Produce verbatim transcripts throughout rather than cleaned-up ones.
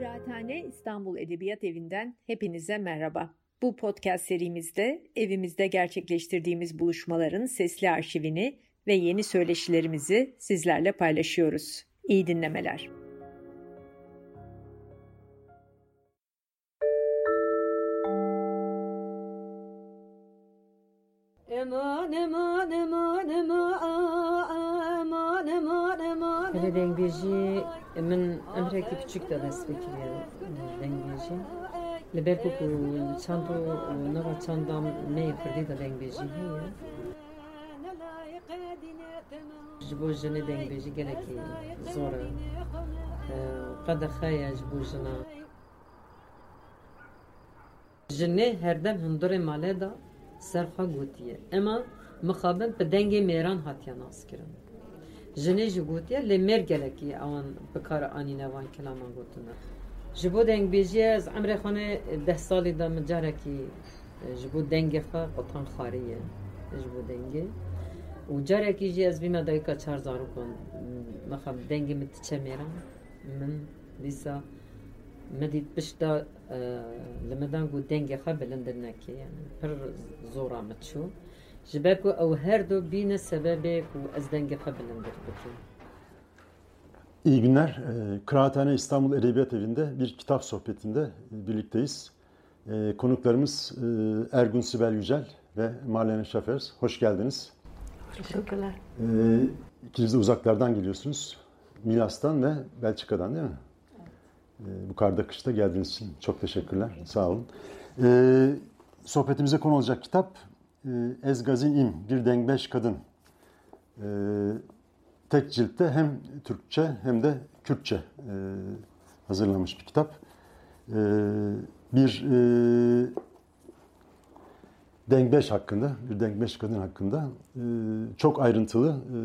Kıraathane İstanbul Edebiyat Evi'nden hepinize merhaba. Bu podcast serimizde evimizde gerçekleştirdiğimiz buluşmaların sesli arşivini ve yeni söyleşilerimizi sizlerle paylaşıyoruz. İyi dinlemeler. Eman eman eman eman eman eman. Hele dengbeji min emreki küçük de destekledi dengbeji. Leber ku çando nava çandam ne kırdı da dengbeji hiye. Jibo jene dengbeji geleki zora. Qada khaya jibo jena. Jene herdem hindore maleda serfa gotiye. Ama mukhaben pe denge meran hatiya nas kirin. Jene ji gotiye le mer geleki awan bekar ani nevan kelaman gotuna. Jibo deng bejiye az amre khane ده sali da mjaraki jibo denge kha qatan khariye. Jibo denge. U jaraki ji az bima dakika çar zaru kon. Makhab denge mit çemeran. Min lisa مديت بشتا لمدان قو دنجي خبل اندرناكي يعني هر زورا متشو جباكو او هردو بينا سببك و از دنجي خبل اندر بكي. İyi günler. Kıraathane İstanbul Edebiyat Evi'nde bir kitap sohbetinde birlikteyiz. Konuklarımız Ergun Sibel Yücel ve Marlene Schaffers. Hoş geldiniz. Teşekkürler. İkiniz de uzaklardan geliyorsunuz. Milas'tan ve Belçika'dan değil mi? Bu karda kışta geldiğiniz için çok teşekkürler. Sağ olun. Ee, sohbetimize konu olacak kitap Ez Gazin İm, Bir Dengbeş Kadın. Ee, tek ciltte hem Türkçe hem de Kürtçe e, hazırlanmış bir kitap. Ee, bir e, dengbeş hakkında, bir dengbeş kadın hakkında e, çok ayrıntılı e,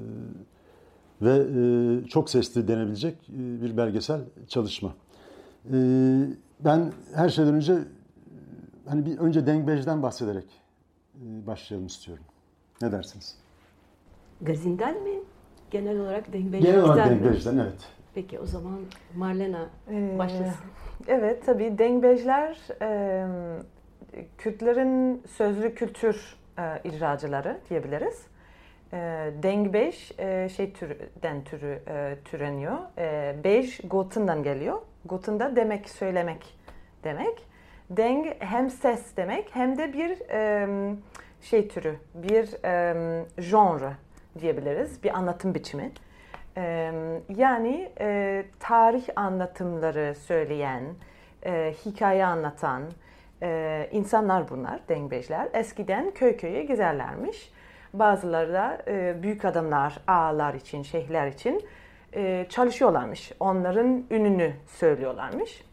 ve e, çok sesli denebilecek e, bir belgesel çalışma. E, ben her şeyden önce hani bir önce dengbejden bahsederek e, başlayalım istiyorum. Ne dersiniz? Gazinden mi? Genel olarak dengbejden Genel olarak mi? dengbejden, evet. Peki o zaman Marlena Ee, başlasın. Evet, tabii dengbejler e, Kürtlerin sözlü kültür e, icracıları diyebiliriz. E, dengbej e, şey türden türü e, türeniyor. E, bej gotundan geliyor. Gotun da demek, söylemek demek. Deng hem ses demek hem de bir e, şey türü, bir e, genre diyebiliriz, bir anlatım biçimi. E, yani e, tarih anlatımları söyleyen, e, hikaye anlatan e, insanlar bunlar, dengbejler. Eskiden köy köye gezerlermiş. Bazıları da e, büyük adamlar, ağalar için, şeyhler için e, çalışıyorlarmış. Onların ününü söylüyorlarmış.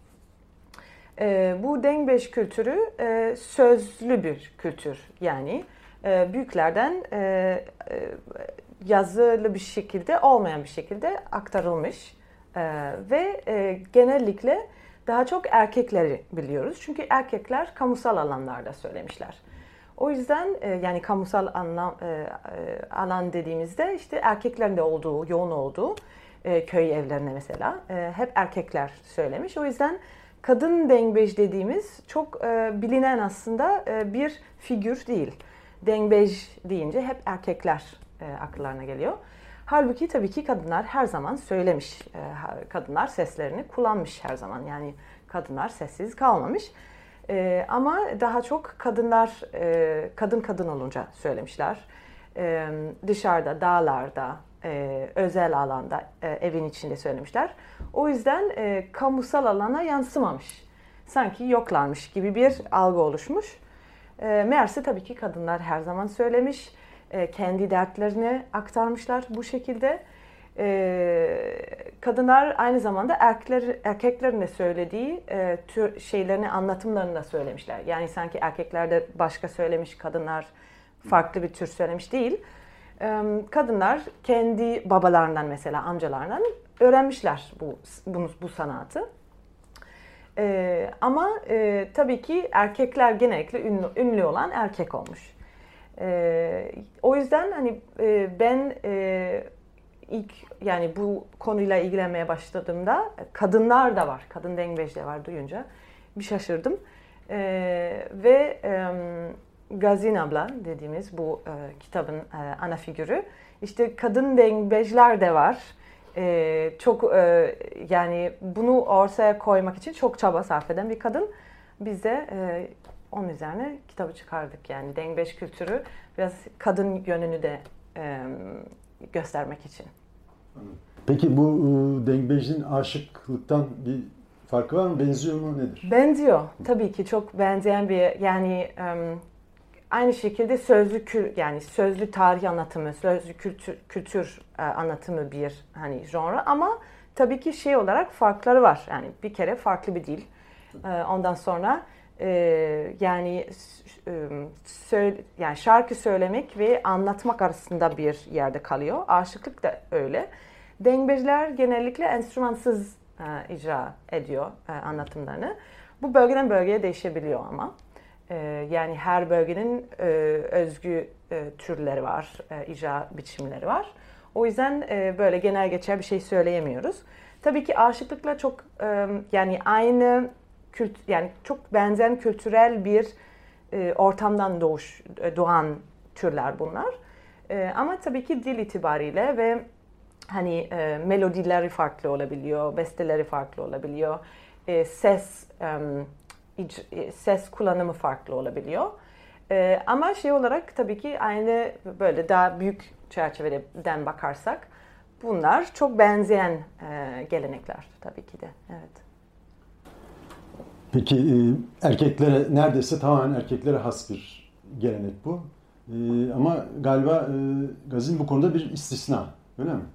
E, bu dengbej kültürü e, sözlü bir kültür. Yani e, büyüklerden e, e, yazılı bir şekilde, olmayan bir şekilde aktarılmış. E, ve e, genellikle daha çok erkekleri biliyoruz. Çünkü erkekler kamusal alanlarda söylemişler. O yüzden yani kamusal anlam, alan dediğimizde işte erkeklerin de olduğu, yoğun olduğu köy evlerine mesela hep erkekler söylemiş. O yüzden kadın dengbej dediğimiz çok bilinen aslında bir figür değil. Dengbej deyince hep erkekler akıllarına geliyor. Halbuki tabii ki kadınlar her zaman söylemiş. Kadınlar seslerini kullanmış her zaman. Yani kadınlar sessiz kalmamış. Ee, ama daha çok kadınlar e, kadın kadın olunca söylemişler. Ee, dışarıda, dağlarda, e, özel alanda, e, evin içinde söylemişler. O yüzden e, kamusal alana yansımamış. Sanki yoklarmış gibi bir algı oluşmuş. E, meğerse tabii ki kadınlar her zaman söylemiş. E, kendi dertlerini aktarmışlar bu şekilde. Ee, kadınlar aynı zamanda erkekler, erkeklerin de söylediği e, tür şeylerini, anlatımlarını da söylemişler. Yani sanki erkekler de başka söylemiş, kadınlar farklı bir tür söylemiş değil. Ee, kadınlar kendi babalarından mesela, amcalarından öğrenmişler bu bu, bu sanatı. Ee, ama e, tabii ki erkekler genellikle ünlü, ünlü olan erkek olmuş. Ee, o yüzden hani e, ben... E, ilk yani bu konuyla ilgilenmeye başladığımda kadınlar da var. Kadın dengbej de var duyunca bir şaşırdım. Ee, ve e, Gazin abla dediğimiz bu e, kitabın e, ana figürü. İşte kadın dengbejler de var. E, çok e, yani bunu ortaya koymak için çok çaba sarf eden bir kadın. Biz de e, onun üzerine kitabı çıkardık. Yani dengbej kültürü biraz kadın yönünü de e, göstermek için. Peki bu e, dengbejin aşıklıktan bir farkı var mı? Benziyor mu? Nedir? Benziyor. Tabii ki çok benzeyen bir yani um, aynı şekilde sözlü kül yani sözlü tarih anlatımı, sözlü kültür kültür uh, anlatımı bir hani genre ama tabii ki şey olarak farkları var. Yani bir kere farklı bir dil. Uh, ondan sonra uh, yani um, söyle, yani şarkı söylemek ve anlatmak arasında bir yerde kalıyor. Aşıklık da öyle. Dengbejler genellikle enstrümansız e, icra ediyor e, anlatımlarını. Bu bölgeden bölgeye değişebiliyor ama. E, yani her bölgenin e, özgü e, türleri var, e, icra biçimleri var. O yüzden e, böyle genel geçer bir şey söyleyemiyoruz. Tabii ki aşıklıkla çok e, yani aynı kült yani çok benzer kültürel bir e, ortamdan doğuş doğan türler bunlar. E, ama tabii ki dil itibariyle ve hani e, melodileri farklı olabiliyor, besteleri farklı olabiliyor, e, ses e, ic- ses kullanımı farklı olabiliyor. E, ama şey olarak tabii ki aynı böyle daha büyük çerçeveden bakarsak bunlar çok benzeyen e, gelenekler tabii ki de. Evet. Peki e, erkeklere neredeyse tamamen erkeklere has bir gelenek bu. E, ama galiba e, Gazin bu konuda bir istisna, öyle mi?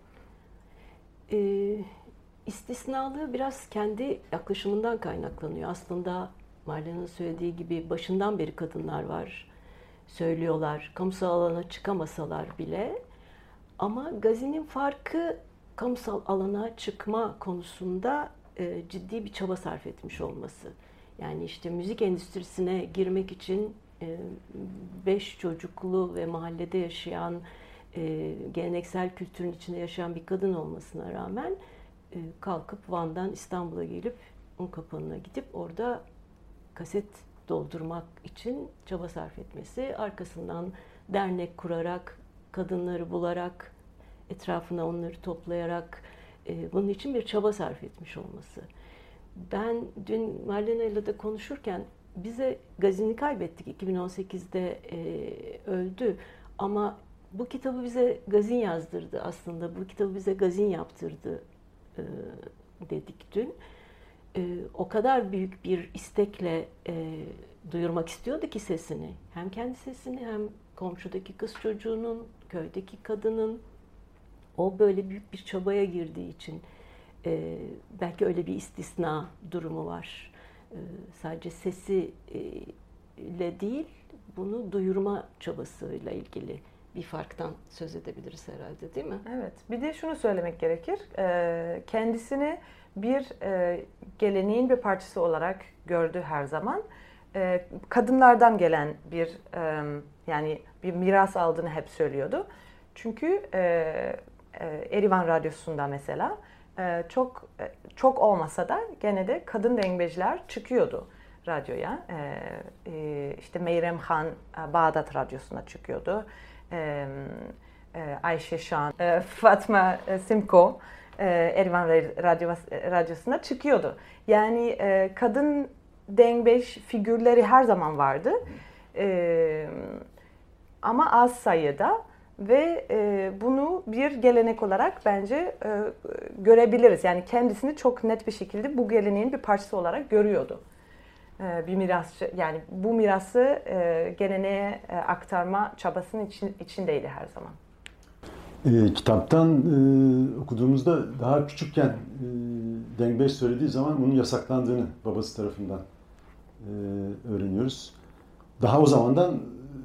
E, istisnalığı biraz kendi yaklaşımından kaynaklanıyor. Aslında Marlena'nın söylediği gibi başından beri kadınlar var, söylüyorlar, kamusal alana çıkamasalar bile. Ama Gazin'in farkı kamusal alana çıkma konusunda e, ciddi bir çaba sarf etmiş olması. Yani işte müzik endüstrisine girmek için e, beş çocuklu ve mahallede yaşayan, e, geleneksel kültürün içinde yaşayan bir kadın olmasına rağmen e, kalkıp Van'dan İstanbul'a gelip Unkapanı'na gidip orada kaset doldurmak için çaba sarf etmesi, arkasından dernek kurarak, kadınları bularak, etrafına onları toplayarak e, bunun için bir çaba sarf etmiş olması. Ben dün Marlena ile de konuşurken bize Gazin'i kaybettik. iki bin on sekizde e, öldü. Ama bu kitabı bize Gazin yazdırdı aslında. Bu kitabı bize Gazin yaptırdı e, dedik dün. E, o kadar büyük bir istekle e, duyurmak istiyordu ki sesini. Hem kendi sesini hem komşudaki kız çocuğunun, köydeki kadının. O böyle büyük bir çabaya girdiği için e, belki öyle bir istisna durumu var. E, sadece sesiyle e, değil, bunu duyurma çabasıyla ilgili bir farktan söz edebiliriz herhalde, değil mi? Evet. Bir de şunu söylemek gerekir. E, kendisini bir e, geleneğin bir parçası olarak gördü her zaman. E, kadınlardan gelen bir e, yani bir miras aldığını hep söylüyordu. Çünkü e, e, Erivan Radyosu'nda mesela e, çok e, çok olmasa da gene de kadın dengbejler çıkıyordu radyoya. E, e, işte Meyrem Han e, Bağdat Radyosu'na çıkıyordu. E, e, Ayşe Şan, e, Fatma e, Simko e, Erivan Radyo, Radyosu'na çıkıyordu. Yani e, kadın dengbej figürleri her zaman vardı. E, ama az sayıda. Ve e, bunu bir gelenek olarak bence e, görebiliriz. Yani kendisini çok net bir şekilde bu geleneğin bir parçası olarak görüyordu. E, bir mirasçı, yani bu mirası e, geleneğe e, aktarma çabasının için, içindeydi her zaman. E, kitaptan e, okuduğumuzda daha küçükken e, dengbej söylediği zaman bunun yasaklandığını babası tarafından e, öğreniyoruz. Daha o zamandan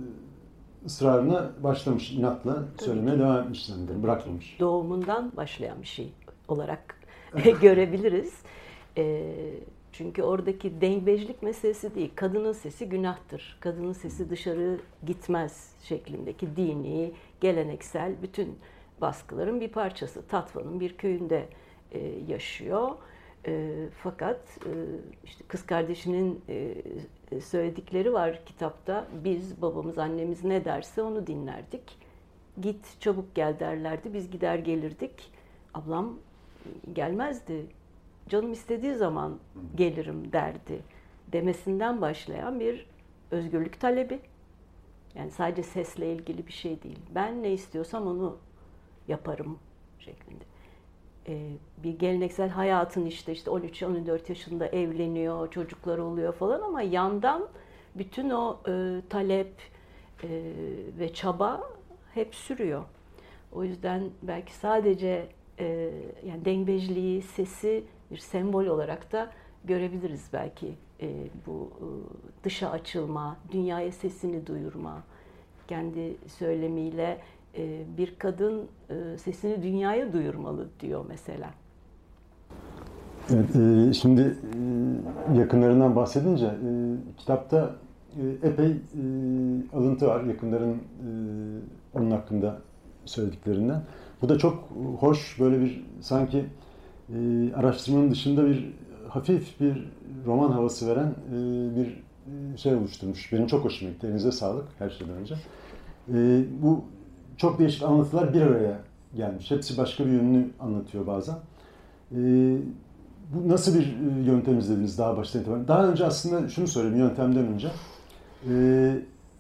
ısrarına başlamış, inatla söylemeye devam etmiş sanırım, bırakmamış. Doğumundan başlayan bir şey olarak görebiliriz. E, çünkü oradaki dengbejlik meselesi değil, kadının sesi günahtır, kadının sesi dışarı gitmez şeklindeki dini, geleneksel bütün baskıların bir parçası. Tatva'nın bir köyünde e, yaşıyor. E, fakat e, işte kız kardeşinin e, söyledikleri var kitapta. Biz, babamız, annemiz ne derse onu dinlerdik. Git çabuk gel derlerdi. Biz gider gelirdik. Ablam gelmezdi. Canım istediği zaman gelirim derdi. Demesinden başlayan bir özgürlük talebi. Yani sadece sesle ilgili bir şey değil. Ben ne istiyorsam onu yaparım şeklinde. Ee, bir geleneksel hayatın işte işte on üç on dört yaşında evleniyor, çocuklar oluyor falan ama yandan bütün o e, talep e, ve çaba hep sürüyor. O yüzden belki sadece e, yani dengbejliği, sesi bir sembol olarak da görebiliriz belki. E, bu e, dışa açılma, dünyaya sesini duyurma, kendi söylemiyle e, bir kadın e, sesini dünyaya duyurmalı diyor mesela. Evet, e, şimdi e, yakınlarından bahsedince e, kitapta e, epey e, alıntı var yakınların e, onun hakkında söylediklerinden. Bu da çok hoş, böyle bir sanki e, araştırmanın dışında bir hafif bir roman havası veren e, bir şey oluşturmuş. Benim çok hoşuma gitti. Elinize sağlık her şeyden önce. E, bu çok değişik anlatılar bir araya gelmiş. Hepsi başka bir yönünü anlatıyor bazen. E, bu nasıl bir yöntem izlediniz daha baştan itibaren? Daha önce aslında şunu söyleyeyim yöntemden önce. E,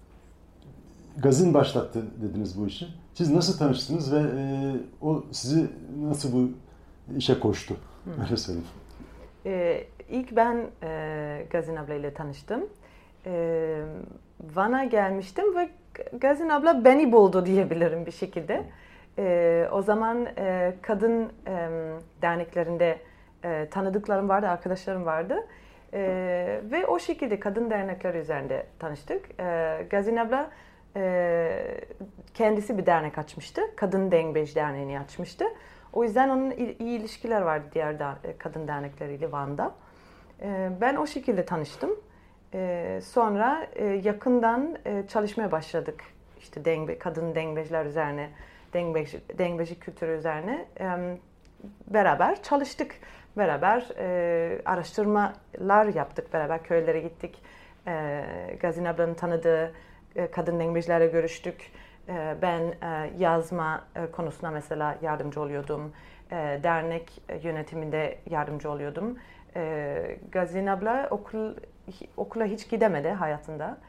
Gazin başlattı dediniz bu işi. Siz nasıl tanıştınız ve e, o sizi nasıl bu işe koştu? Hı. Öyle söyleyeyim. Ee, ilk ben e, Gazin abla ile tanıştım. E, Van'a gelmiştim ve Gazin abla beni buldu diyebilirim bir şekilde. E, o zaman e, kadın e, derneklerinde e, tanıdıklarım vardı, arkadaşlarım vardı. E, ve o şekilde kadın dernekleri üzerinde tanıştık. E, Gazin abla e, kendisi bir dernek açmıştı. Kadın Dengbej Derneği'ni açmıştı. O yüzden onun iyi ilişkiler vardı diğer kadın dernekleriyle Van'da. Ben o şekilde tanıştım. Sonra yakından çalışmaya başladık. İşte dengbe, kadın dengbejler üzerine, dengbej, dengbejik kültürü üzerine beraber çalıştık. Beraber araştırmalar yaptık. Beraber köylere gittik. Gazin ablanın tanıdığı kadın dengbejlerle görüştük. Ben yazma konusunda mesela yardımcı oluyordum. Dernek yönetiminde yardımcı oluyordum. Gazin abla okul, okula hiç gidemedi hayatında.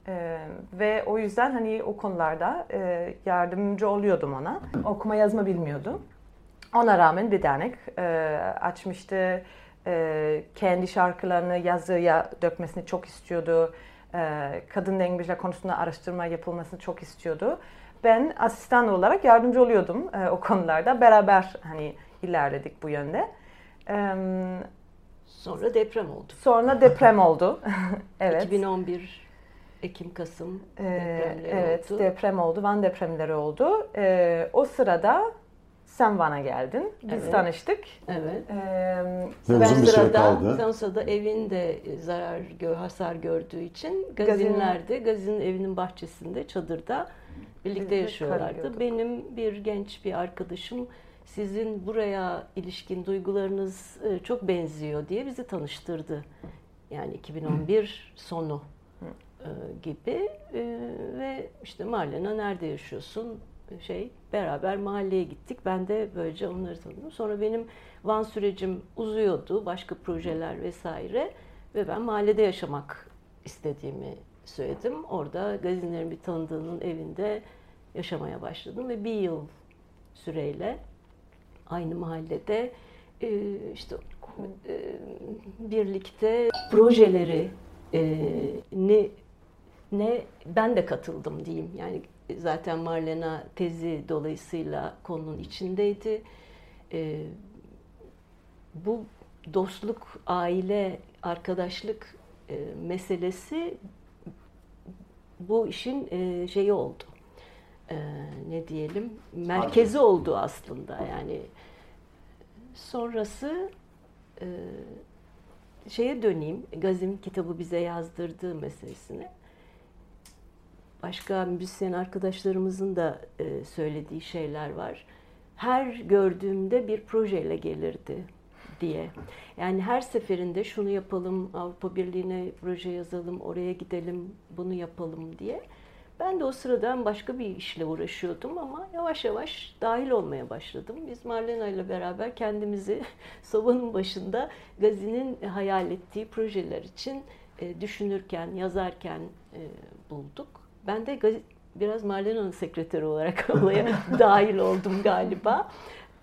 Ve o yüzden hani o konularda yardımcı oluyordum ona. Okuma yazma bilmiyordu. Ona rağmen bir dernek açmıştı. Kendi şarkılarını yazıya dökmesini çok istiyordu. Kadın dengbejler konusunda araştırma yapılmasını çok istiyordu. Ben asistan olarak yardımcı oluyordum e, o konularda. Beraber hani ilerledik bu yönde. E, Sonra deprem oldu. Sonra deprem oldu. Evet. iki bin on bir Ekim-Kasım depremleri e, evet, oldu. Evet, deprem oldu. Van depremleri oldu. E, o sırada sen Van'a geldin. Biz evet. tanıştık. Evet. Ee, ben uzun bir süre kaldı. Sen o sırada evin de zarar, hasar gördüğü için Gazinler'de, Gazin'in evinin bahçesinde, çadırda birlikte yaşıyorlardı. Benim bir genç bir arkadaşım sizin buraya ilişkin duygularınız çok benziyor diye bizi tanıştırdı. Yani iki bin on bir sonu gibi ve işte Marlena nerede yaşıyorsun? Şey beraber mahalleye gittik. Ben de böylece onları tanıdım. Sonra benim Van sürecim uzuyordu. Başka projeler vesaire. Ve ben mahallede yaşamak istediğimi söyledim. Orada Gazinlerin bir tanıdığının evinde yaşamaya başladım. Ve bir yıl süreyle aynı mahallede işte birlikte projeleri ne ne ben de katıldım diyeyim. Yani zaten Marlena tezi dolayısıyla konunun içindeydi. Ee, bu dostluk, aile, arkadaşlık e, meselesi bu işin e, şeyi oldu. E, ne diyelim? Merkezi oldu aslında. Yani sonrası e, şeye döneyim. Gazin kitabı bize yazdırdığı meselesine. Başka müzisyen arkadaşlarımızın da söylediği şeyler var. her gördüğümde bir projeyle gelirdi diye. Yani her seferinde şunu yapalım, Avrupa Birliği'ne proje yazalım, oraya gidelim, bunu yapalım diye. Ben de o sırada başka bir işle uğraşıyordum ama yavaş yavaş dahil olmaya başladım. Biz Marlena ile beraber kendimizi sobanın başında Gazi'nin hayal ettiği projeler için düşünürken, yazarken bulduk. Ben de Gazi, biraz Marlena'nın sekreteri olarak olaya dahil oldum galiba.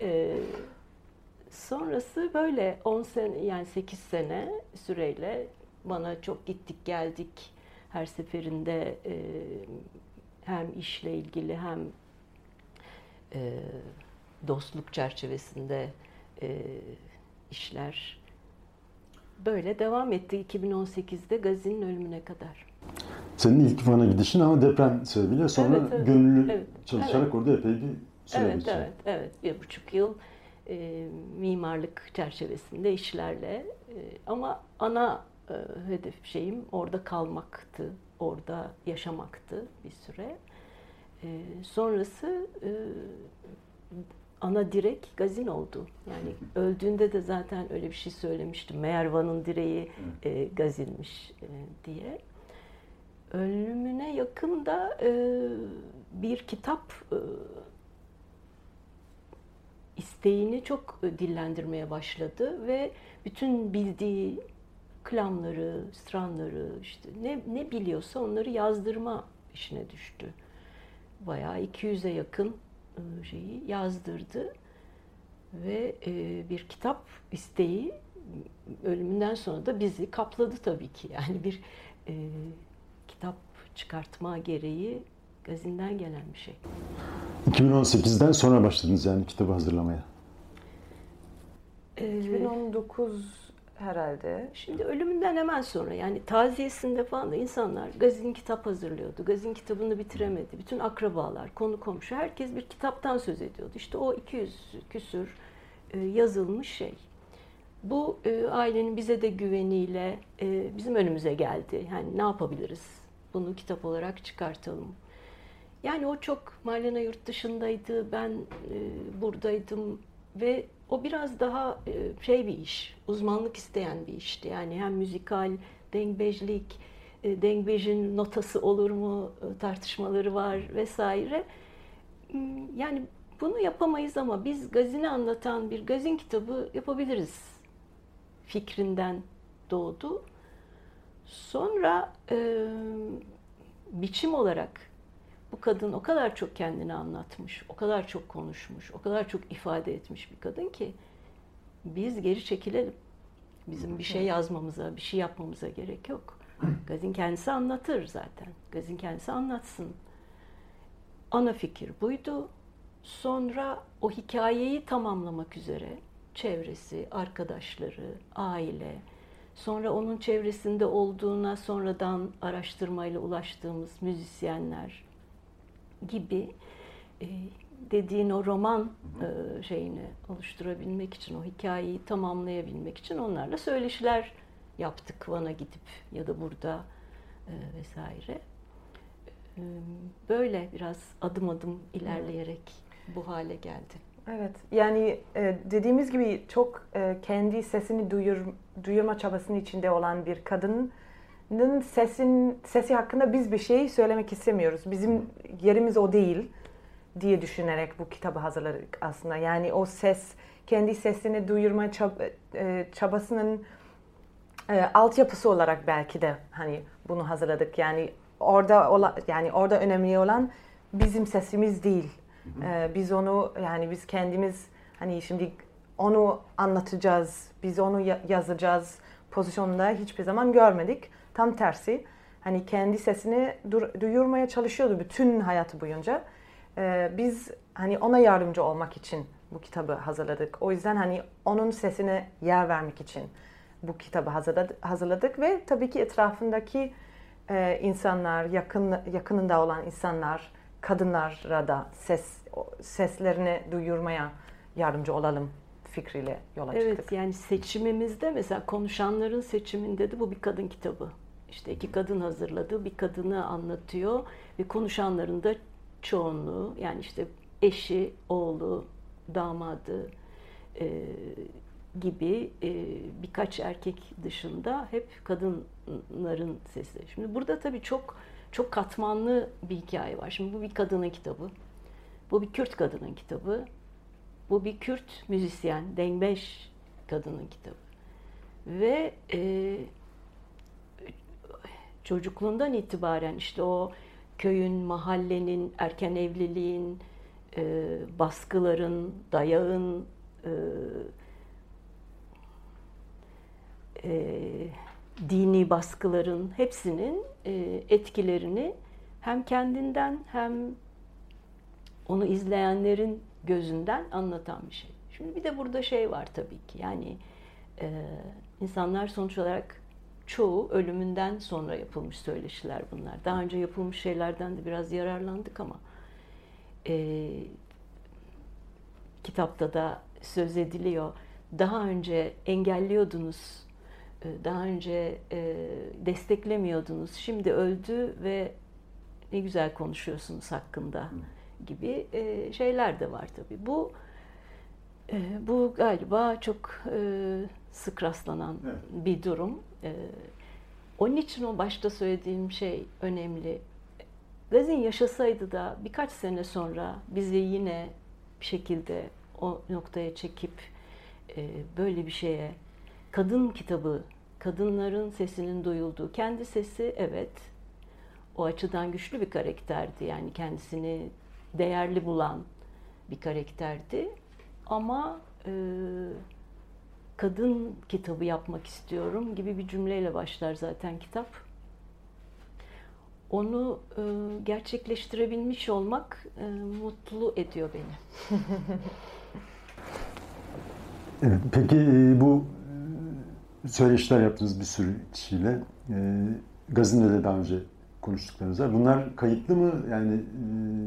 Sonrası böyle on sene, yani sekiz sene süreyle bana çok gittik geldik. Her seferinde e, hem işle ilgili hem e, dostluk çerçevesinde e, işler böyle devam etti iki bin on sekizde Gazi'nin ölümüne kadar. Senin ilk Van'a gidişin ama deprem sebebiyle sonra evet, evet, gönüllü evet, çalışarak evet. orada epey bir süre Evet, geçti. evet, evet. Bir buçuk yıl e, mimarlık çerçevesinde işlerle e, ama ana e, hedef şeyim orada kalmaktı, orada yaşamaktı bir süre. E, sonrası e, ana direk Gazin oldu. Yani öldüğünde de zaten öyle bir şey söylemiştim. Meğer Van'ın direği e, Gazin'miş e, diye. Ölümüne yakın da e, bir kitap e, isteğini çok dillendirmeye başladı ve bütün bildiği klamları, stranları, işte ne, ne biliyorsa onları yazdırma işine düştü. Bayağı iki yüze yakın şeyi yazdırdı ve bir kitap isteği ölümünden sonra da bizi kapladı tabii ki. Yani bir e, kitap çıkartma gereği Gazin'den gelen bir şey. iki bin on sekizden sonra başladınız yani kitabı hazırlamaya. Ee, iki bin on dokuz herhalde. Şimdi ölümünden hemen sonra, yani taziyesinde falan da insanlar Gazin kitap hazırlıyordu. Gazin kitabını bitiremedi. Bütün akrabalar, konu komşu, herkes bir kitaptan söz ediyordu. İşte o iki yüz küsür e, yazılmış şey. Bu e, ailenin bize de güveniyle e, bizim önümüze geldi. Yani ne yapabiliriz? Bunu kitap olarak çıkartalım. Yani o çok, Marlena yurt dışındaydı, ben e, buradaydım ve o biraz daha e, şey bir iş, uzmanlık isteyen bir işti. Yani hem müzikal, dengbejlik, e, dengbejin notası olur mu e, tartışmaları var vesaire. Yani bunu yapamayız ama biz Gazin'i anlatan bir Gazin kitabı yapabiliriz fikrinden doğdu. Sonra e, biçim olarak bu kadın o kadar çok kendini anlatmış, o kadar çok konuşmuş, o kadar çok ifade etmiş bir kadın ki biz geri çekilelim. Bizim bir şey yazmamıza, bir şey yapmamıza gerek yok. Gazin kendisi anlatır zaten. Gazin kendisi anlatsın. Ana fikir buydu. Sonra o hikayeyi tamamlamak üzere çevresi, arkadaşları, aile, sonra onun çevresinde olduğuna sonradan araştırmayla ulaştığımız müzisyenler gibi e, dediğin o roman e, şeyini oluşturabilmek için, o hikayeyi tamamlayabilmek için onlarla söyleşiler yaptık Van'a gidip ya da burada e, vesaire. E, böyle biraz adım adım ilerleyerek bu hale geldi. Evet, yani e, dediğimiz gibi çok e, kendi sesini duyur, duyurma çabasının içinde olan bir kadının sesin sesi hakkında biz bir şey söylemek istemiyoruz. Bizim yerimiz o değil diye düşünerek bu kitabı hazırladık aslında. Yani o ses, kendi sesini duyurma çab, e, çabasının e, altyapısı olarak belki de hani bunu hazırladık. Yani orada ola, yani orada önemli olan bizim sesimiz değil. Ee, biz onu, yani biz kendimiz hani şimdi onu anlatacağız, biz onu yazacağız pozisyonunda hiçbir zaman görmedik. Tam tersi, hani kendi sesini duyurmaya çalışıyordu bütün hayatı boyunca. Ee, biz hani ona yardımcı olmak için bu kitabı hazırladık. O yüzden hani onun sesine yer vermek için bu kitabı hazırladık, hazırladık ve tabii ki etrafındaki e, insanlar, yakın yakınında olan insanlar, kadınlara da ses seslerini duyurmaya yardımcı olalım fikriyle yola çıktık. Evet, yani seçimimizde mesela konuşanların seçiminde de bu bir kadın kitabı. İşte iki kadın hazırladı, bir kadını anlatıyor ve konuşanların da çoğunluğu, yani işte eşi, oğlu, damadı e, gibi e, birkaç erkek dışında hep kadınların sesleri. Şimdi burada tabii çok çok katmanlı bir hikaye var. Şimdi bu bir kadının kitabı. Bu bir Kürt kadının kitabı. Bu bir Kürt müzisyen, Dengbeş kadının kitabı. Ve e, çocukluğundan itibaren işte o köyün, mahallenin, erken evliliğin, e, baskıların, dayağın, e, e, dini baskıların hepsinin e, etkilerini hem kendinden hem onu izleyenlerin gözünden anlatan bir şey. Şimdi bir de burada şey var tabii ki, yani e, insanlar sonuç olarak çoğu ölümünden sonra yapılmış söyleşiler bunlar. Daha önce yapılmış şeylerden de biraz yararlandık ama e, kitapta da söz ediliyor. Daha önce engelliyordunuz, daha önce e, desteklemiyordunuz, şimdi öldü ve ne güzel konuşuyorsunuz hakkında gibi e, şeyler de var tabii. Bu e, bu galiba çok e, sık rastlanan evet. bir durum. E, onun için o başta söylediğim şey önemli. Gazin yaşasaydı da birkaç sene sonra bizi yine bir şekilde o noktaya çekip e, böyle bir şeye, kadın kitabı, kadınların sesinin duyulduğu, kendi sesi evet, o açıdan güçlü bir karakterdi. Yani kendisini değerli bulan bir karakterdi. Ama e, kadın kitabı yapmak istiyorum gibi bir cümleyle başlar zaten kitap. Onu e, gerçekleştirebilmiş olmak e, mutlu ediyor beni. Evet, peki bu söyleşiler yaptığınız bir sürü kişiyle, e, Gazin'de de daha önce konuştuklarınız var. Bunlar kayıtlı mı? Yani e,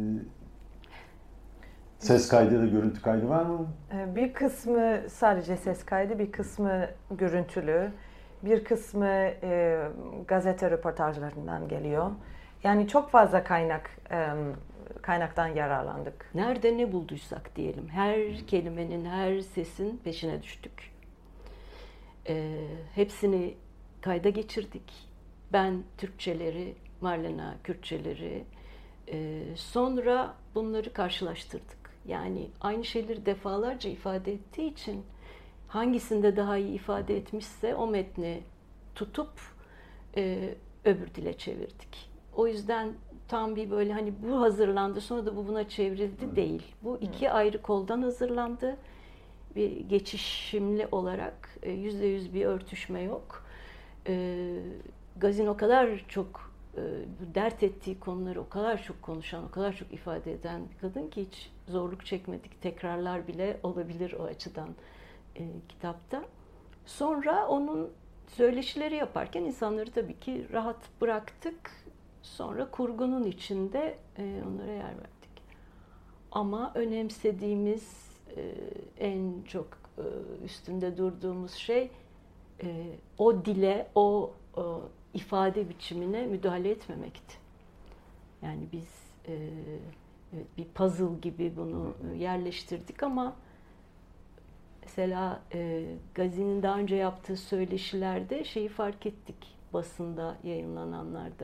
ses kaydı ya da görüntü kaydı var mı? Bir kısmı sadece ses kaydı, bir kısmı görüntülü, bir kısmı e, gazete röportajlarından geliyor. Yani çok fazla kaynak e, kaynaktan yararlandık. Nerede ne bulduysak diyelim, her kelimenin, her sesin peşine düştük. E, hepsini kayda geçirdik. Ben Türkçeleri, Marlena Kürtçeleri, e, sonra bunları karşılaştırdık. Yani aynı şeyleri defalarca ifade ettiği için hangisinde daha iyi ifade etmişse o metni tutup e, öbür dile çevirdik. O yüzden tam bir böyle hani bu hazırlandı sonra da bu buna çevrildi değil. Bu iki ayrı koldan hazırlandı. Bir geçişimli olarak yüzde yüz bir örtüşme yok. E, Gazin o kadar çok e, dert ettiği konuları o kadar çok konuşan, o kadar çok ifade eden bir kadın ki hiç zorluk çekmedik. Tekrarlar bile olabilir o açıdan e, kitapta. Sonra onun söyleşileri yaparken insanları tabii ki rahat bıraktık. Sonra kurgunun içinde e, onlara yer verdik. Ama önemsediğimiz, e, en çok e, üstünde durduğumuz şey e, o dile, o, o ifade biçimine müdahale etmemekti. Yani biz e, evet, bir puzzle gibi bunu yerleştirdik ama mesela e, Gazin'in daha önce yaptığı söyleşilerde şeyi fark ettik basında yayınlananlarda.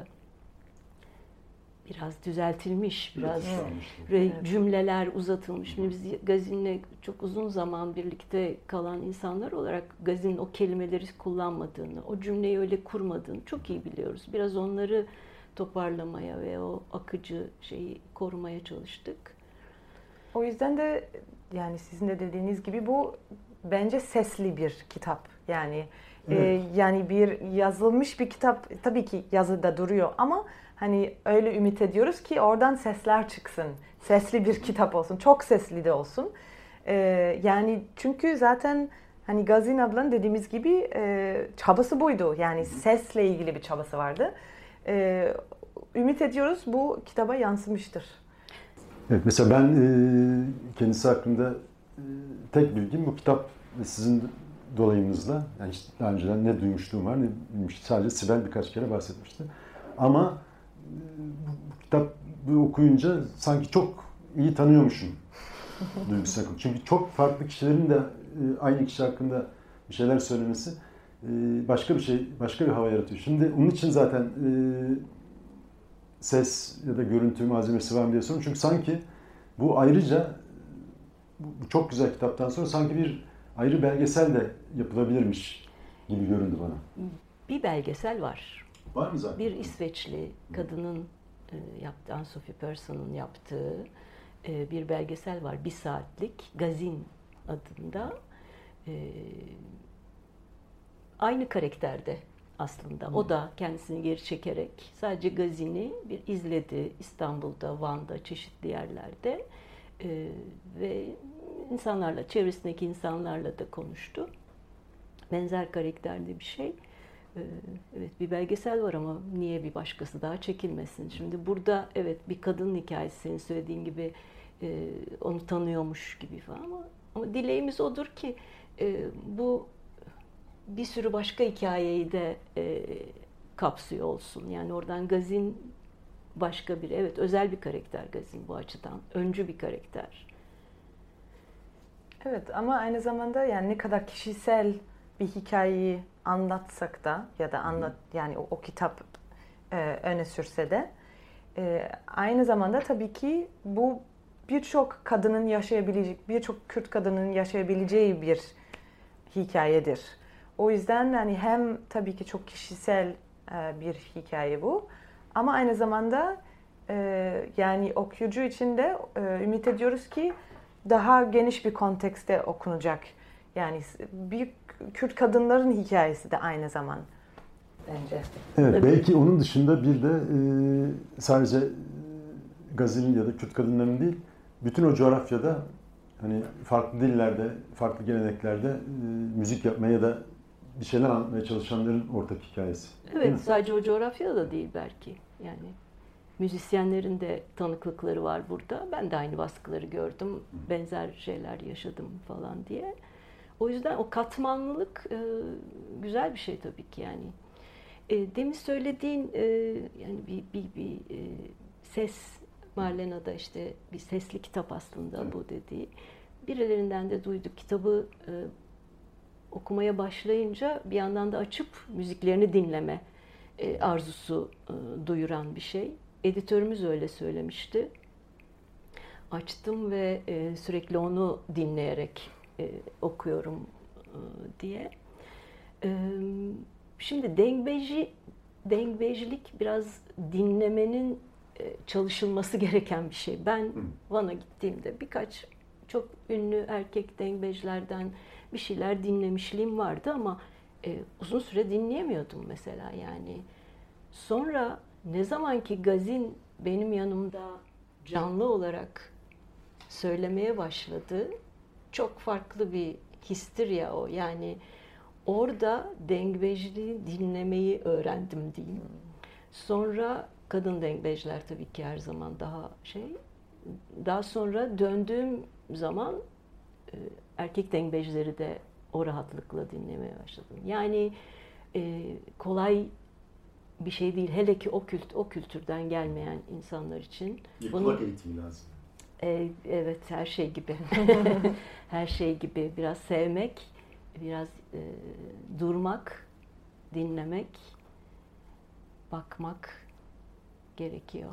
Biraz düzeltilmiş, biraz evet. cümleler uzatılmış. Şimdi biz Gazin'le çok uzun zaman birlikte kalan insanlar olarak Gazin'in o kelimeleri kullanmadığını, o cümleyi öyle kurmadığını çok iyi biliyoruz. Biraz onları toparlamaya ve o akıcı şeyi korumaya çalıştık. O yüzden de yani sizin de dediğiniz gibi bu bence sesli bir kitap. Yani evet. e, yani bir yazılmış bir kitap tabii ki yazıda duruyor ama hani öyle ümit ediyoruz ki oradan sesler çıksın. Sesli bir kitap olsun. Çok sesli de olsun. Ee, yani çünkü zaten hani Gazin ablanın dediğimiz gibi e, çabası buydu. Yani sesle ilgili bir çabası vardı. Ee, ümit ediyoruz bu kitaba yansımıştır. Evet, mesela ben e, kendisi hakkında e, tek bilgim bu kitap ve sizin dolayınızla. Yani işte daha önceden ne duymuşluğum var ne bilmiştim. Sadece Sibel birkaç kere bahsetmişti. Ama bu kitap okuyunca sanki çok iyi tanıyormuşum duygusal. Çünkü çok farklı kişilerin de e, aynı kişi hakkında bir şeyler söylemesi e, başka bir şey, başka bir hava yaratıyor. Şimdi onun için zaten e, ses ya da görüntü malzemesi var mı diye soruyorum. Çünkü sanki bu ayrıca bu çok güzel kitaptan sonra sanki bir ayrı belgesel de yapılabilirmiş gibi göründü bana. Bir belgesel var. Var mı zaten? Bir İsveçli kadının e, yaptığı, Anne-Sophie Persson'un yaptığı e, bir belgesel var. Bir saatlik Gazin adında. E, aynı karakterde aslında. O da kendisini geri çekerek sadece Gazin'i bir izledi. İstanbul'da, Van'da, çeşitli yerlerde. E, ve insanlarla, çevresindeki insanlarla da konuştu. Benzer karakterde bir şey. Evet, bir belgesel var ama niye bir başkası daha çekilmesin? Şimdi burada evet bir kadının hikayesi, senin söylediğin gibi e, onu tanıyormuş gibi falan ama, ama dileğimiz odur ki e, bu bir sürü başka hikayeyi de e, kapsıyor olsun. Yani oradan Gazin başka bir, evet özel bir karakter Gazin bu açıdan, öncü bir karakter. Evet ama aynı zamanda yani ne kadar kişisel bir hikayeyi anlatsak da ya da anlat yani o, o kitap e, öne sürse de e, aynı zamanda tabii ki bu birçok kadının yaşayabileceği, birçok Kürt kadının yaşayabileceği bir hikayedir. O yüzden yani hem tabii ki çok kişisel e, bir hikaye bu ama aynı zamanda e, yani okuyucu için de e, ümit ediyoruz ki daha geniş bir kontekste okunacak. Yani büyük Kürt kadınların hikayesi de aynı zaman bence. Evet, belki onun dışında bir de e, sadece Gazin'in ya da Kürt kadınların değil, bütün o coğrafyada hani farklı dillerde, farklı geleneklerde e, müzik yapmaya ya da bir şeyler anlatmaya çalışanların ortak hikayesi. Evet, sadece o coğrafyada da değil belki. Yani müzisyenlerin de tanıklıkları var burada. Ben de aynı baskıları gördüm, benzer şeyler yaşadım falan diye. O yüzden o katmanlılık e, güzel bir şey tabii ki yani. E, demin söylediğin e, yani bir, bir, bir e, ses, Marlena'da işte bir sesli kitap aslında bu dediği. Birilerinden de duyduk kitabı e, okumaya başlayınca bir yandan da açıp müziklerini dinleme e, arzusu e, duyuran bir şey. Editörümüz öyle söylemişti. Açtım ve e, sürekli onu dinleyerek e, okuyorum e, diye. E, şimdi dengbeji, dengbejlik biraz dinlemenin e, çalışılması gereken bir şey. Ben Van'a gittiğimde birkaç çok ünlü erkek dengbejlerden bir şeyler dinlemişliğim vardı ama e, uzun süre dinleyemiyordum mesela yani. Sonra ne zaman ki Gazin benim yanımda canlı olarak söylemeye başladı, çok farklı bir histir ya o. Yani orada dengbejliği dinlemeyi öğrendim diyeyim. Sonra kadın dengbejler tabii ki her zaman daha şey. Daha sonra döndüğüm zaman erkek dengbejleri de o rahatlıkla dinlemeye başladım. Yani e, kolay bir şey değil. Hele ki o kült o kültürden gelmeyen insanlar için. Bir Bunu, kulak eğitimi lazım. E, evet, her şey gibi. Her şey gibi. Biraz sevmek, biraz e, durmak, dinlemek, bakmak gerekiyor.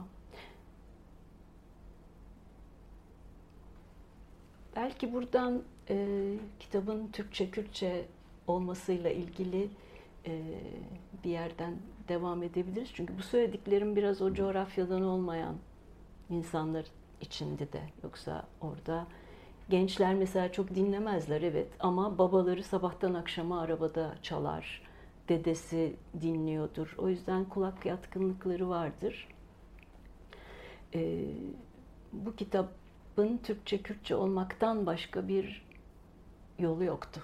Belki buradan e, kitabın Türkçe-Kürtçe olmasıyla ilgili e, bir yerden devam edebiliriz. Çünkü bu söylediklerim biraz o coğrafyadan olmayan insanlar içindi de. Yoksa orada gençler mesela çok dinlemezler, evet. Ama babaları sabahtan akşama arabada çalar. Dedesi dinliyordur. O yüzden kulak yatkınlıkları vardır. E, bu kitap Türkçe, Kürtçe olmaktan başka bir yolu yoktu.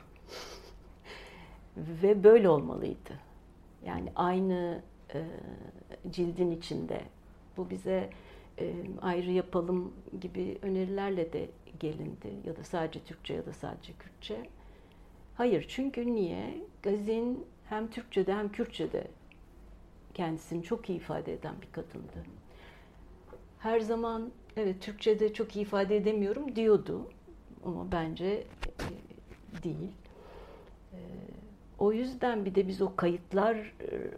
Ve böyle olmalıydı. Yani aynı e, cildin içinde. Bu bize e, ayrı yapalım gibi önerilerle de gelindi. Ya da sadece Türkçe ya da sadece Kürtçe. Hayır, çünkü niye? Gazin hem Türkçe'de hem Kürtçe'de kendisini çok iyi ifade eden bir kadındı. Her zaman evet Türkçe'de çok iyi ifade edemiyorum diyordu ama bence e, değil. E, o yüzden bir de biz o kayıtlar e,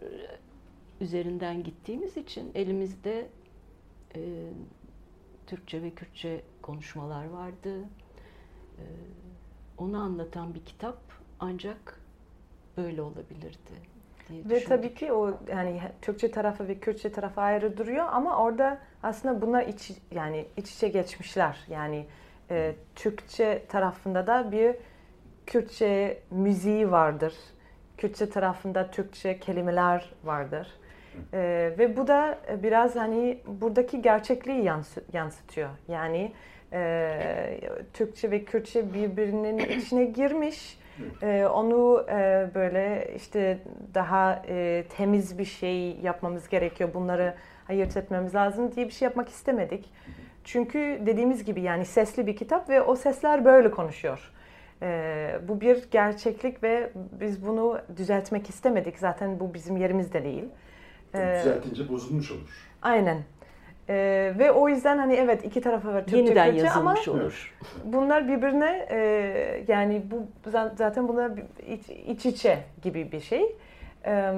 üzerinden gittiğimiz için elimizde e, Türkçe ve Kürtçe konuşmalar vardı. E, onu anlatan bir kitap ancak böyle olabilirdi. Ve tabii ki o yani Türkçe tarafı ve Kürtçe tarafı ayrı duruyor ama orada aslında bunlar iç yani iç içe geçmişler. Yani e, Türkçe tarafında da bir Kürtçe müziği vardır. Kürtçe tarafında Türkçe kelimeler vardır. E, ve bu da biraz hani buradaki gerçekliği yansı, yansıtıyor. Yani e, Türkçe ve Kürtçe birbirinin içine girmiş. Ee, onu e, böyle işte daha e, temiz bir şey yapmamız gerekiyor. Bunları ayırt etmemiz lazım diye bir şey yapmak istemedik. Çünkü dediğimiz gibi yani sesli bir kitap ve o sesler böyle konuşuyor. Ee, bu bir gerçeklik ve biz bunu düzeltmek istemedik. Zaten bu bizim yerimizde değil. Ee, Düzeltince bozulmuş olur. Aynen. Ee, ve o yüzden hani evet iki tarafı var Türkçe, yeniden Kürtçe yazılmış ama olur. Bunlar birbirine e, yani bu zaten bunlar iç, iç içe gibi bir şey. E,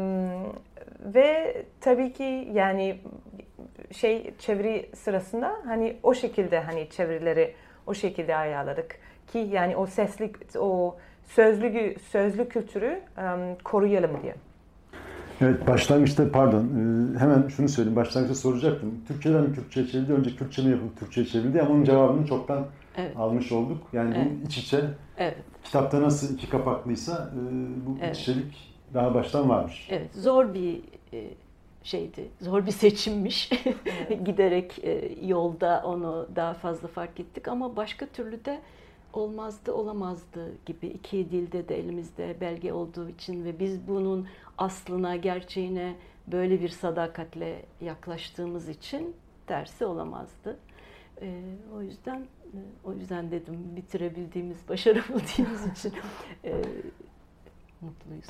ve tabii ki yani şey çeviri sırasında hani o şekilde hani çevirileri o şekilde ayarladık ki yani o sesli o sözlü sözlü kültürü um, koruyalım diye. Evet, başlangıçta pardon, hemen şunu söyleyeyim, başlangıçta soracaktım. Türkçeden mi Kürtçe'ye çevrildi, önce Kürtçe mi yapıp Türkçe'ye çevrildi ama onun cevabını çoktan evet. almış olduk. Yani evet. bu iç içe, evet. kitapta nasıl iki kapaklıysa bu evet. iç içelik daha baştan varmış. Evet, zor bir şeydi, zor bir seçimmiş. Giderek yolda onu daha fazla fark ettik ama başka türlü de olmazdı, olamazdı gibi. İki dilde de elimizde belge olduğu için ve biz bunun aslına, gerçeğine böyle bir sadakatle yaklaştığımız için tersi olamazdı. Ee, o yüzden o yüzden dedim bitirebildiğimiz, başarabildiğimiz için e, mutluyuz.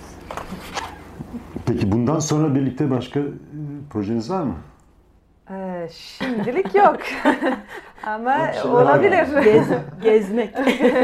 Peki bundan sonra birlikte başka projeniz var mı? Ee, şimdilik yok. Ama olabilir. Gez, gezmek.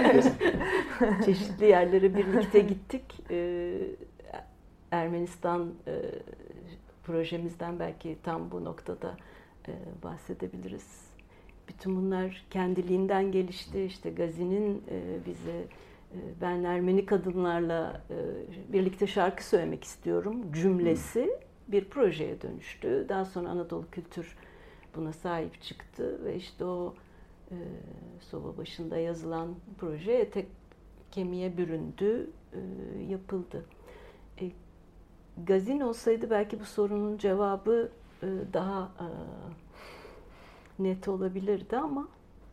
Çeşitli yerlere birlikte gittik. Ee, Ermenistan e, projemizden belki tam bu noktada e, bahsedebiliriz. Bütün bunlar kendiliğinden gelişti. İşte Gazi'nin e, bize e, ben Ermeni kadınlarla e, birlikte şarkı söylemek istiyorum cümlesi bir projeye dönüştü. Daha sonra Anadolu Kültür buna sahip çıktı ve işte o e, soba başında yazılan proje etek kemiğe büründü, e, yapıldı. E, Gazin olsaydı belki bu sorunun cevabı e, daha e, net olabilirdi ama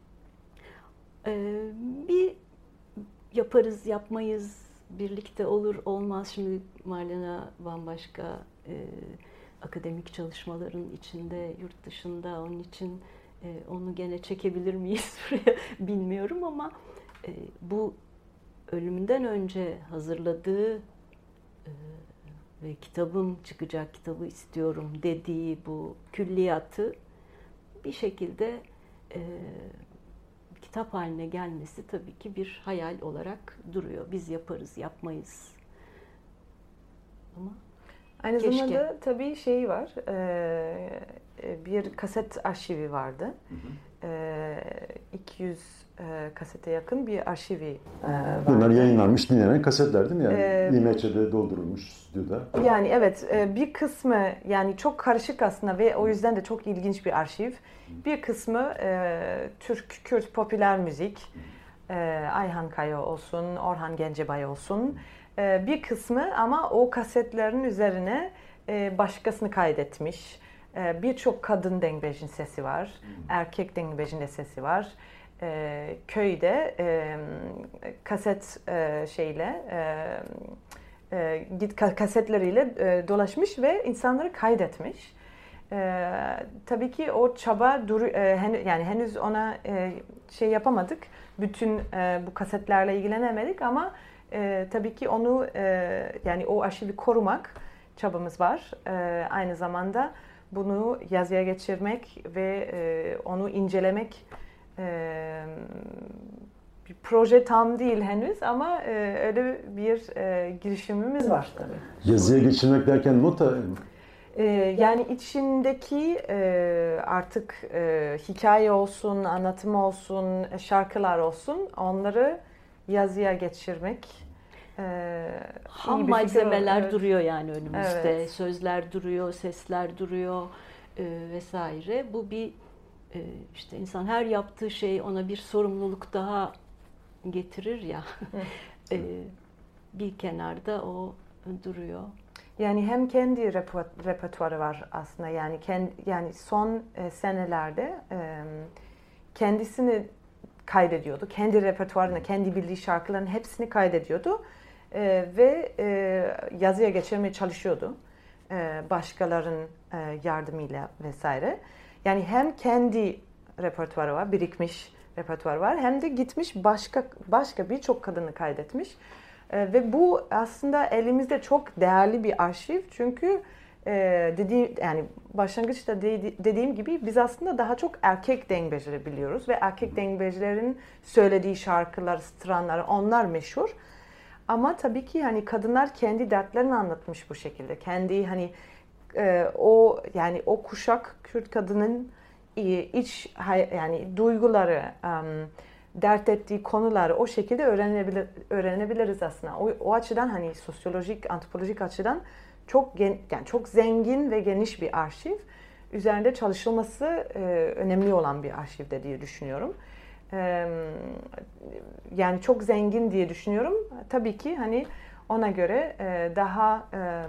e, bir yaparız, yapmayız, birlikte olur, olmaz. Şimdi Marlena bambaşka e, akademik çalışmaların içinde, yurt dışında, onun için e, onu gene çekebilir miyiz buraya bilmiyorum ama e, bu ölümünden önce hazırladığı e, ve kitabım çıkacak, kitabı istiyorum dediği bu külliyatı bir şekilde e, kitap haline gelmesi tabii ki bir hayal olarak duruyor. Biz yaparız, yapmayız. Ama aynı keşke. zamanda tabii şey var, bir kaset arşivi vardı. Hı hı. iki yüz kasete yakın bir arşivi vardı. Bunlar yayınlanmış, dinlenen kasetler değil mi? Yani ee, İ M Ç'de doldurulmuş stüdyoda. Yani evet, bir kısmı yani çok karışık aslında ve o yüzden de çok ilginç bir arşiv. Bir kısmı Türk, Kürt popüler müzik, Ayhan Kaya olsun, Orhan Gencebay olsun. Bir kısmı ama o kasetlerin üzerine başkasını kaydetmiş. Birçok kadın dengbejin sesi var, erkek dengbejin de sesi var. Köyde kaset şeyle, kasetleriyle dolaşmış ve insanları kaydetmiş. Tabii ki o çaba yani henüz ona şey yapamadık, bütün bu kasetlerle ilgilenemedik ama Ee, tabii ki onu e, yani o arşivi korumak çabamız var. Ee, aynı zamanda bunu yazıya geçirmek ve e, onu incelemek e, bir proje tam değil henüz ama e, öyle bir e, girişimimiz var tabii. Yazıya geçirmek derken nota? E, yani içindeki e, artık e, hikaye olsun, anlatım olsun, şarkılar olsun onları yazıya geçirmek. Ee, Ham malzemeler evet. duruyor yani önümüzde. Evet. Sözler duruyor, sesler duruyor e, vesaire. Bu bir e, işte insan her yaptığı şey ona bir sorumluluk daha getirir ya. e, bir kenarda o duruyor. Yani hem kendi repu- repertuarı var aslında. Yani kendi, yani son e, senelerde e, kendisini kaydediyordu. Kendi repertuarını, kendi bildiği şarkıların hepsini kaydediyordu. Ee, ve e, yazıya geçirmeye çalışıyordu. Ee, başkalarının e, yardımıyla vesaire. Yani hem kendi repertuarı var, birikmiş repertuarı var, hem de gitmiş başka başka birçok kadını kaydetmiş. Ee, ve bu aslında elimizde çok değerli bir arşiv. Çünkü e, dediğim yani başlangıçta de, dediğim gibi biz aslında daha çok erkek dengbejleri biliyoruz ve erkek dengbejlerin söylediği şarkılar, stranlar onlar meşhur. Ama tabii ki hani kadınlar kendi dertlerini anlatmış bu şekilde. Kendi hani e, o yani o kuşak Kürt kadının iç yani duyguları, um, dert ettiği konuları o şekilde öğrenebilir öğrenebiliriz aslında. O, o açıdan hani sosyolojik, antropolojik açıdan çok gen, yani çok zengin ve geniş bir arşiv. Üzerinde çalışılması e, önemli olan bir arşivde diye düşünüyorum. Yani çok zengin diye düşünüyorum. Tabii ki hani ona göre daha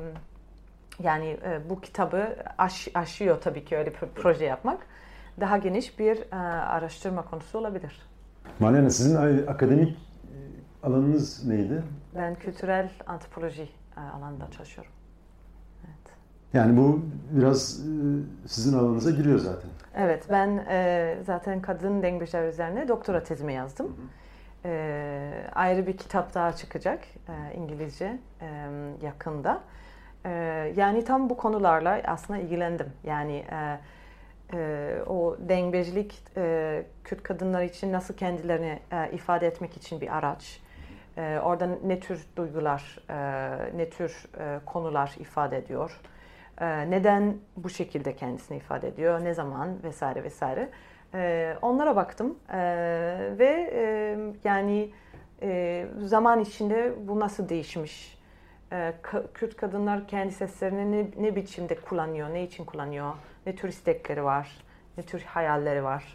yani bu kitabı aş, aşıyor tabii ki öyle bir proje yapmak. Daha geniş bir araştırma konusu olabilir. Marlene, sizin akademik alanınız neydi? Ben kültürel antropoloji alanında çalışıyorum. Evet. Yani bu biraz sizin alanınıza giriyor zaten. Evet, ben e, zaten kadın dengbejler üzerine doktora tezimi yazdım. Hı hı. E, ayrı bir kitap daha çıkacak e, İngilizce e, yakında. E, yani tam bu konularla aslında ilgilendim. Yani e, e, o dengbejlik e, Kürt kadınlar için nasıl kendilerini e, ifade etmek için bir araç. E, orada ne tür duygular, e, ne tür e, konular ifade ediyor. Neden bu şekilde kendisini ifade ediyor, ne zaman vesaire vesaire. Onlara baktım ve yani zaman içinde bu nasıl değişmiş? Kürt kadınlar kendi seslerini ne, ne biçimde kullanıyor, ne için kullanıyor, ne tür istekleri var, ne tür hayalleri var.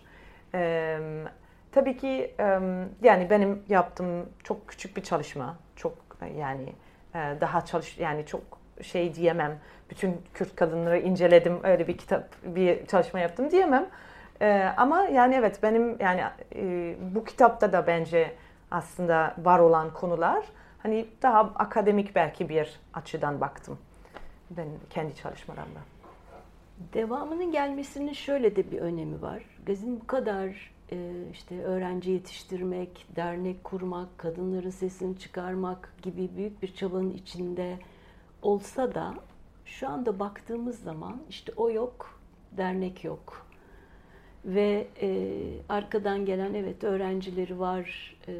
Tabii ki yani benim yaptığım çok küçük bir çalışma, çok yani daha çalış yani çok şey diyemem. Bütün Kürt kadınları inceledim, öyle bir kitap, bir çalışma yaptım diyemem. Ee, ama yani evet benim yani e, bu kitapta da bence aslında var olan konular hani daha akademik belki bir açıdan baktım ben kendi çalışmalarımda. Devamının gelmesinin şöyle de bir önemi var. Gazin bu kadar e, işte öğrenci yetiştirmek, dernek kurmak, kadınların sesini çıkarmak gibi büyük bir çabanın içinde olsa da şu anda baktığımız zaman işte o yok, dernek yok. Ve e, arkadan gelen evet öğrencileri var e,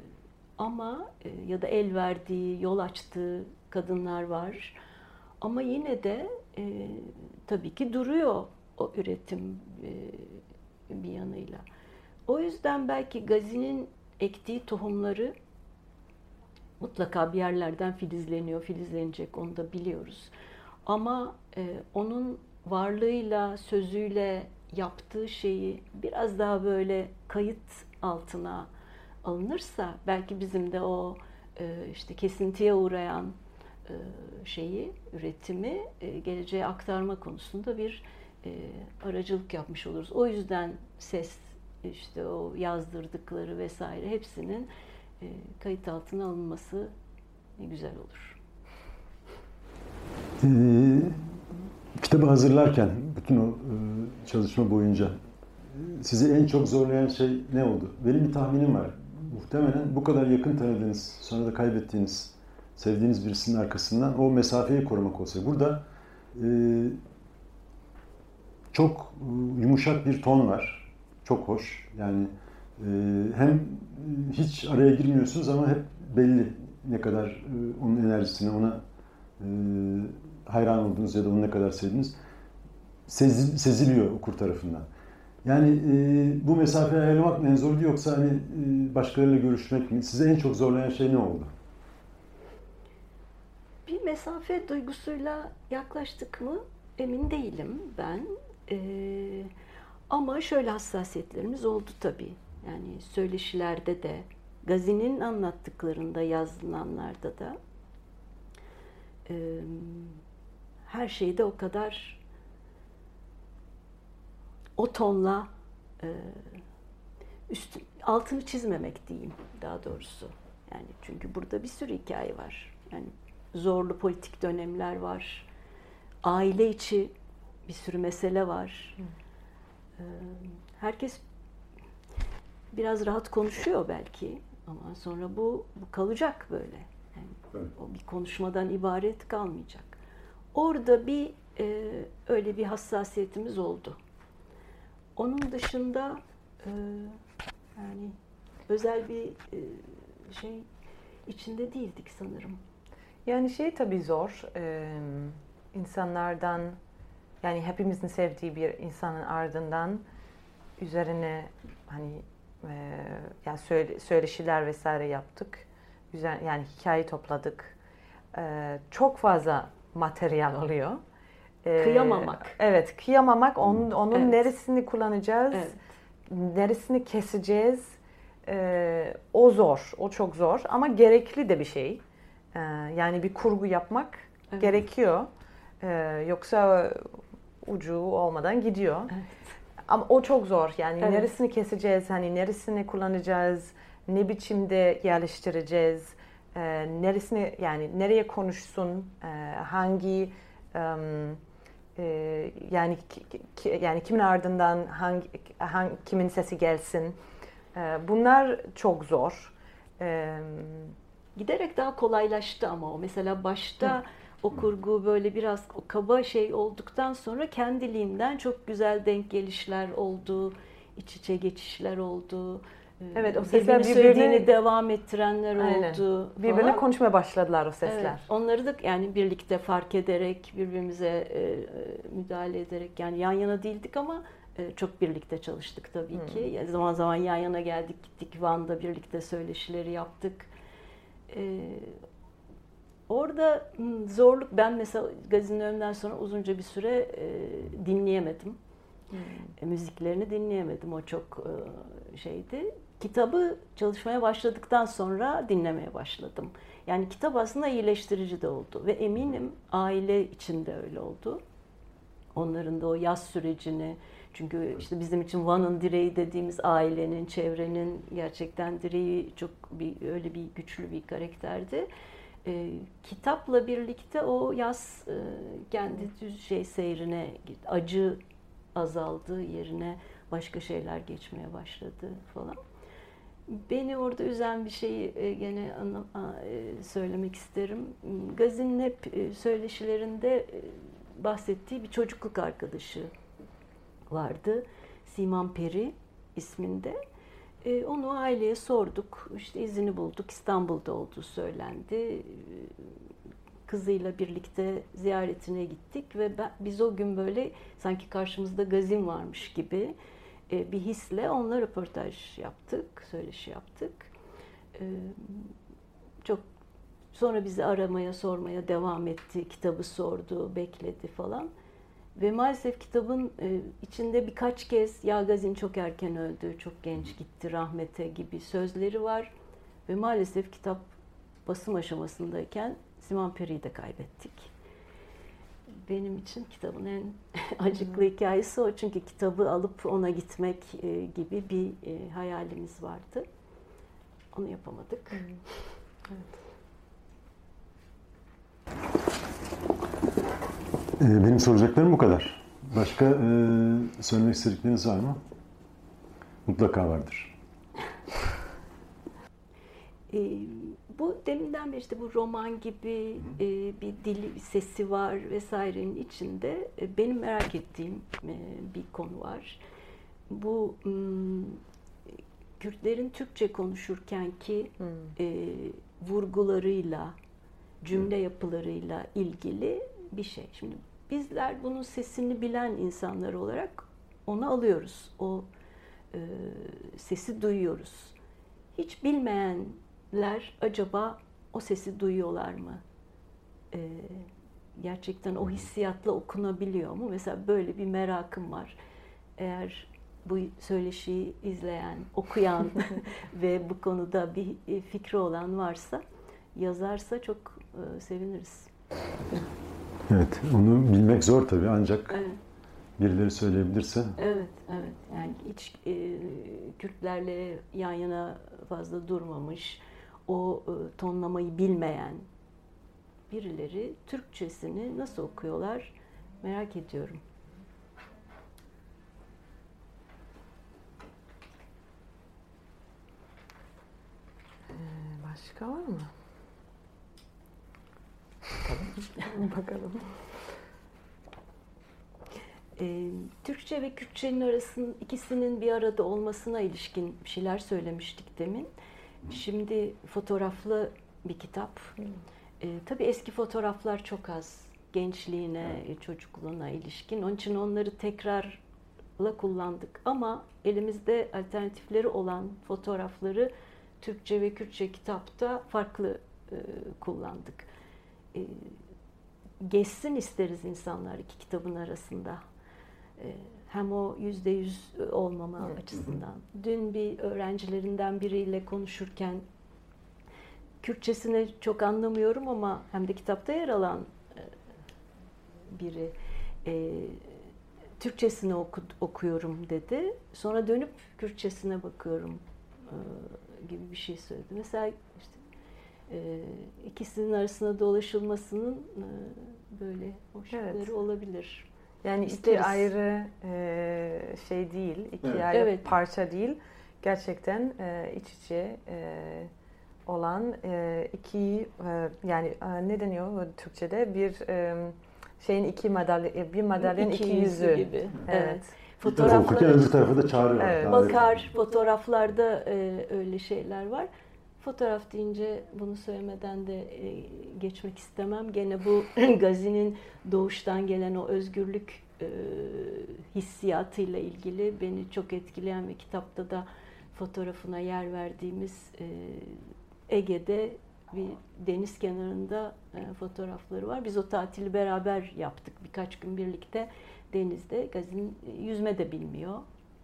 ama e, ya da el verdiği, yol açtığı kadınlar var. Ama yine de e, tabii ki duruyor o üretim e, bir yanıyla. O yüzden belki Gazi'nin ektiği tohumları mutlaka bir yerlerden filizleniyor, filizlenecek, onu da biliyoruz. Ama e, onun varlığıyla, sözüyle yaptığı şeyi biraz daha böyle kayıt altına alınırsa belki bizim de o e, işte kesintiye uğrayan e, şeyi, üretimi e, geleceğe aktarma konusunda bir e, aracılık yapmış oluruz. O yüzden ses, işte o yazdırdıkları vesaire hepsinin e, kayıt altına alınması ne güzel olur. Ee, kitabı hazırlarken bütün o e, çalışma boyunca sizi en çok zorlayan şey ne oldu? Benim bir tahminim var. Muhtemelen bu kadar yakın tanıdığınız, sonra da kaybettiğiniz, sevdiğiniz birisinin arkasından o mesafeyi korumak olsa. Burada e, çok yumuşak bir ton var. Çok hoş. Yani e, hem hiç araya girmiyorsunuz ama hep belli ne kadar e, onun enerjisine, ona e, hayran olduğunuz ya da onu ne kadar sevdiğiniz sezil, seziliyor okur tarafından. Yani e, bu mesafeyi ayarlamak mı en zordu yoksa hani e, başkalarıyla görüşmek mi? Size en çok zorlayan şey ne oldu? Bir mesafe duygusuyla yaklaştık mı emin değilim ben. Ee, ama şöyle hassasiyetlerimiz oldu tabii. Yani söyleşilerde de, Gazi'nin anlattıklarında, yazılanlarda da e, her şeyde o kadar o tonla e, üstü, altını çizmemek diyeyim daha doğrusu. Yani çünkü burada bir sürü hikaye var. Yani zorlu politik dönemler var. Aile içi bir sürü mesele var. Ee, herkes biraz rahat konuşuyor belki ama sonra bu, bu kalacak böyle. Yani evet. O bir konuşmadan ibaret kalmayacak. Orada bir e, öyle bir hassasiyetimiz oldu. Onun dışında e, yani özel bir e, şey içinde değildik sanırım. Yani şey tabii zor. Ee, insanlardan, yani hepimizin sevdiği bir insanın ardından üzerine hani e, yani söyle, söyleşiler vesaire yaptık. Güzel, yani hikaye topladık. Ee, çok fazla materyal oluyor. Ee, Kıyamamak. Evet, kıyamamak. Onun, onun evet. neresini kullanacağız? Evet. Neresini keseceğiz? Ee, o zor, o çok zor ama gerekli de bir şey. Ee, yani bir kurgu yapmak evet. gerekiyor. Ee, yoksa ucu olmadan gidiyor. Evet. Ama o çok zor. Yani evet. neresini keseceğiz, hani neresini kullanacağız, ne biçimde yerleştireceğiz, e, neresini yani nereye konuşsun, e, hangi um, e, yani ki, yani kimin ardından hangi, hangi kimin sesi gelsin. E, bunlar çok zor. E, Giderek daha kolaylaştı ama o mesela başta Hı. o kurgu böyle biraz o kaba şey olduktan sonra kendiliğinden çok güzel denk gelişler oldu, iç içe geçişler oldu. Evet, o sesler birbirini söylediğini devam ettirenler Aynen. oldu. Birbirine falan. konuşmaya başladılar o sesler. Evet, onları da yani birlikte fark ederek, birbirimize e, müdahale ederek yani yan yana değildik ama e, çok birlikte çalıştık tabii hmm. ki. Yani zaman zaman yan yana geldik, gittik Van'da birlikte söyleşileri yaptık. E, orada zorluk, ben mesela Gazi'nin ölümünden sonra uzunca bir süre e, dinleyemedim. Hmm. E, müziklerini dinleyemedim, o çok e, şeydi. Kitabı çalışmaya başladıktan sonra dinlemeye başladım. Yani kitap aslında iyileştirici de oldu ve eminim aile içinde öyle oldu. Onların da o yaz sürecini, çünkü işte bizim için Van'ın direği dediğimiz ailenin, çevrenin gerçekten direği çok bir öyle bir güçlü bir karakterdi. E, kitapla birlikte o yaz e, kendi düz şey seyrine, acı azaldı, yerine başka şeyler geçmeye başladı falan. Beni orada üzen bir şeyi gene söylemek isterim. Gazi'nin hep söyleşilerinde bahsettiği bir çocukluk arkadaşı vardı. Siman Peri isminde. Onu aileye sorduk. İşte izini bulduk. İstanbul'da olduğu söylendi. Kızıyla birlikte ziyaretine gittik ve ben, biz o gün böyle sanki karşımızda Gazi'm varmış gibi bir hisle onunla röportaj yaptık, söyleşi yaptık. Çok sonra bizi aramaya, sormaya devam etti, kitabı sordu, bekledi falan. Ve maalesef kitabın içinde birkaç kez ya Gazi'm çok erken öldü, çok genç gitti rahmete gibi sözleri var. Ve maalesef kitap basım aşamasındayken Siman Peri'yi de kaybettik. Benim için kitabın en acıklı hikayesi o. Çünkü kitabı alıp ona gitmek e, gibi bir e, hayalimiz vardı. Onu yapamadık. Hmm. Evet. Ee, benim soracaklarım bu kadar. Başka e, söylemek istedikleriniz var mı? Mutlaka vardır. e, bu deminden beri işte bu roman gibi e, bir dili, bir sesi var vesairenin içinde e, benim merak ettiğim e, bir konu var. Bu m, Kürtlerin Türkçe konuşurken ki hmm. e, vurgularıyla, cümle yapılarıyla ilgili bir şey. Şimdi bizler bunun sesini bilen insanlar olarak onu alıyoruz. O e, sesi duyuyoruz. Hiç bilmeyenler acaba o sesi duyuyorlar mı? E, gerçekten o hissiyatla okunabiliyor mu? Mesela böyle bir merakım var. Eğer bu söyleşiyi izleyen, okuyan ve bu konuda bir fikri olan varsa, yazarsa çok e, seviniriz. Evet, onu bilmek zor tabii ancak evet. birileri söyleyebilirse. Evet, evet. Yani hiç e, Kürtlerle yan yana fazla durmamış, o e, tonlamayı bilmeyen birileri Türkçesini nasıl okuyorlar merak ediyorum. Başka var mı? Bakalım. Bakalım. E, Türkçe ve Kürtçenin arasının ikisinin bir arada olmasına ilişkin bir şeyler söylemiştik demin. Şimdi fotoğraflı bir kitap. E, tabii eski fotoğraflar çok az. Gençliğine, çocukluğuna ilişkin. Onun için onları tekrarla kullandık. Ama elimizde alternatifleri olan fotoğrafları Türkçe ve Kürtçe kitapta farklı e, kullandık. E, geçsin isteriz insanlar iki kitabın arasında. E, hem o yüzde yüz olmama hı, açısından. Hı. Dün bir öğrencilerinden biriyle konuşurken Kürtçesini çok anlamıyorum ama hem de kitapta yer alan e, biri e, Türkçesini oku, okuyorum dedi. Sonra dönüp Kürtçesine bakıyorum e, gibi bir şey söyledi. Mesela işte e, ikisinin arasında dolaşılmasının e, böyle hoşlukları evet. olabilir. Yani İsteriz. iki ayrı e, şey değil, iki evet. ayrı evet. parça değil. Gerçekten e, iç içe e, olan e, iki e, yani e, ne deniyor Türkçe'de bir e, şeyin iki madalya bir madalyanın iki, iki yüzü gibi. Evet. evet. Fotoğraflar öbür tarafa da çağırıyor. Evet. Bakar fotoğraflarda e, öyle şeyler var. Fotoğraf deyince bunu söylemeden de e, geçmek istemem. Gene bu Gazi'nin doğuştan gelen o özgürlük e, hissiyatıyla ilgili beni çok etkileyen ve kitapta da fotoğrafına yer verdiğimiz e, Ege'de bir deniz kenarında e, fotoğrafları var. Biz o tatili beraber yaptık. Birkaç gün birlikte denizde. Gazi'nin yüzme de bilmiyor.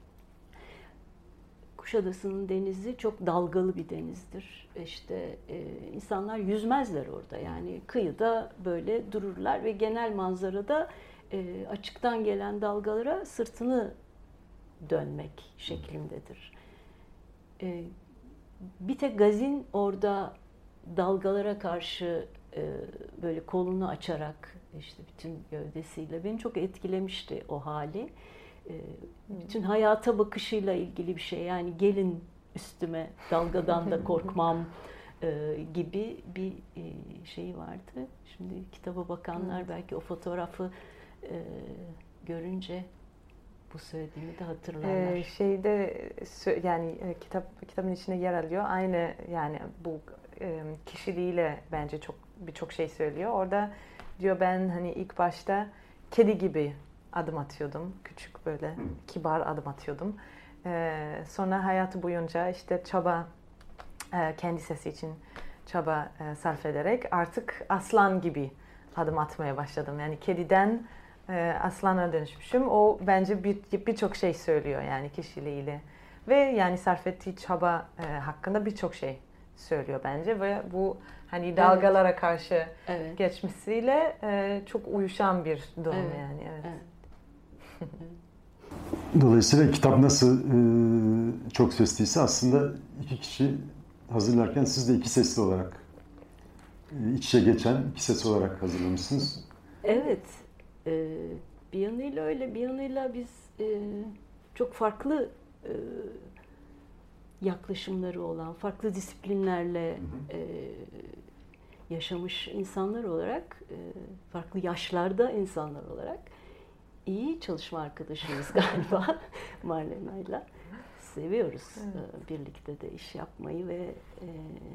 Kuşadası'nın denizi çok dalgalı bir denizdir. İşte e, insanlar yüzmezler orada. Yani kıyıda böyle dururlar ve genel manzarada e, açıktan gelen dalgalara sırtını dönmek şeklindedir. E, bir tek Gazin orada dalgalara karşı e, böyle kolunu açarak işte bütün gövdesiyle beni çok etkilemişti o hali. E, bütün hayata bakışıyla ilgili bir şey. Yani gelin üstüme dalgadan da korkmam e, gibi bir e, şey vardı. Şimdi kitaba bakanlar belki o fotoğrafı e, görünce bu söylediğimi de hatırlarlar. Ee, şeyde yani kitap kitabın içine yer alıyor. Aynı yani bu e, kişiliğiyle bence çok birçok şey söylüyor. Orada diyor ben hani ilk başta kedi gibi adım atıyordum. Küçük böyle kibar adım atıyordum. Ee, sonra hayatı boyunca işte çaba e, kendi sesi için çaba e, sarf ederek artık aslan gibi adım atmaya başladım. Yani kediden e, aslana dönüşmüşüm. O bence bir birçok şey söylüyor yani kişiliğiyle. Ve yani sarf ettiği çaba e, hakkında birçok şey söylüyor bence ve bu hani dalgalara evet. karşı evet. geçmesiyle e, çok uyuşan bir durum evet. yani. Evet. evet. Dolayısıyla kitap nasıl e, çok sesliyse aslında iki kişi hazırlarken siz de iki sesli olarak e, iç içe geçen iki ses olarak hazırlamışsınız. Evet. E, bir yanıyla öyle, bir yanıyla biz e, çok farklı e, yaklaşımları olan, farklı disiplinlerle e, yaşamış insanlar olarak, e, farklı yaşlarda insanlar olarak iyi çalışma arkadaşımız galiba Marlena'yla. Seviyoruz evet. birlikte de iş yapmayı ve e,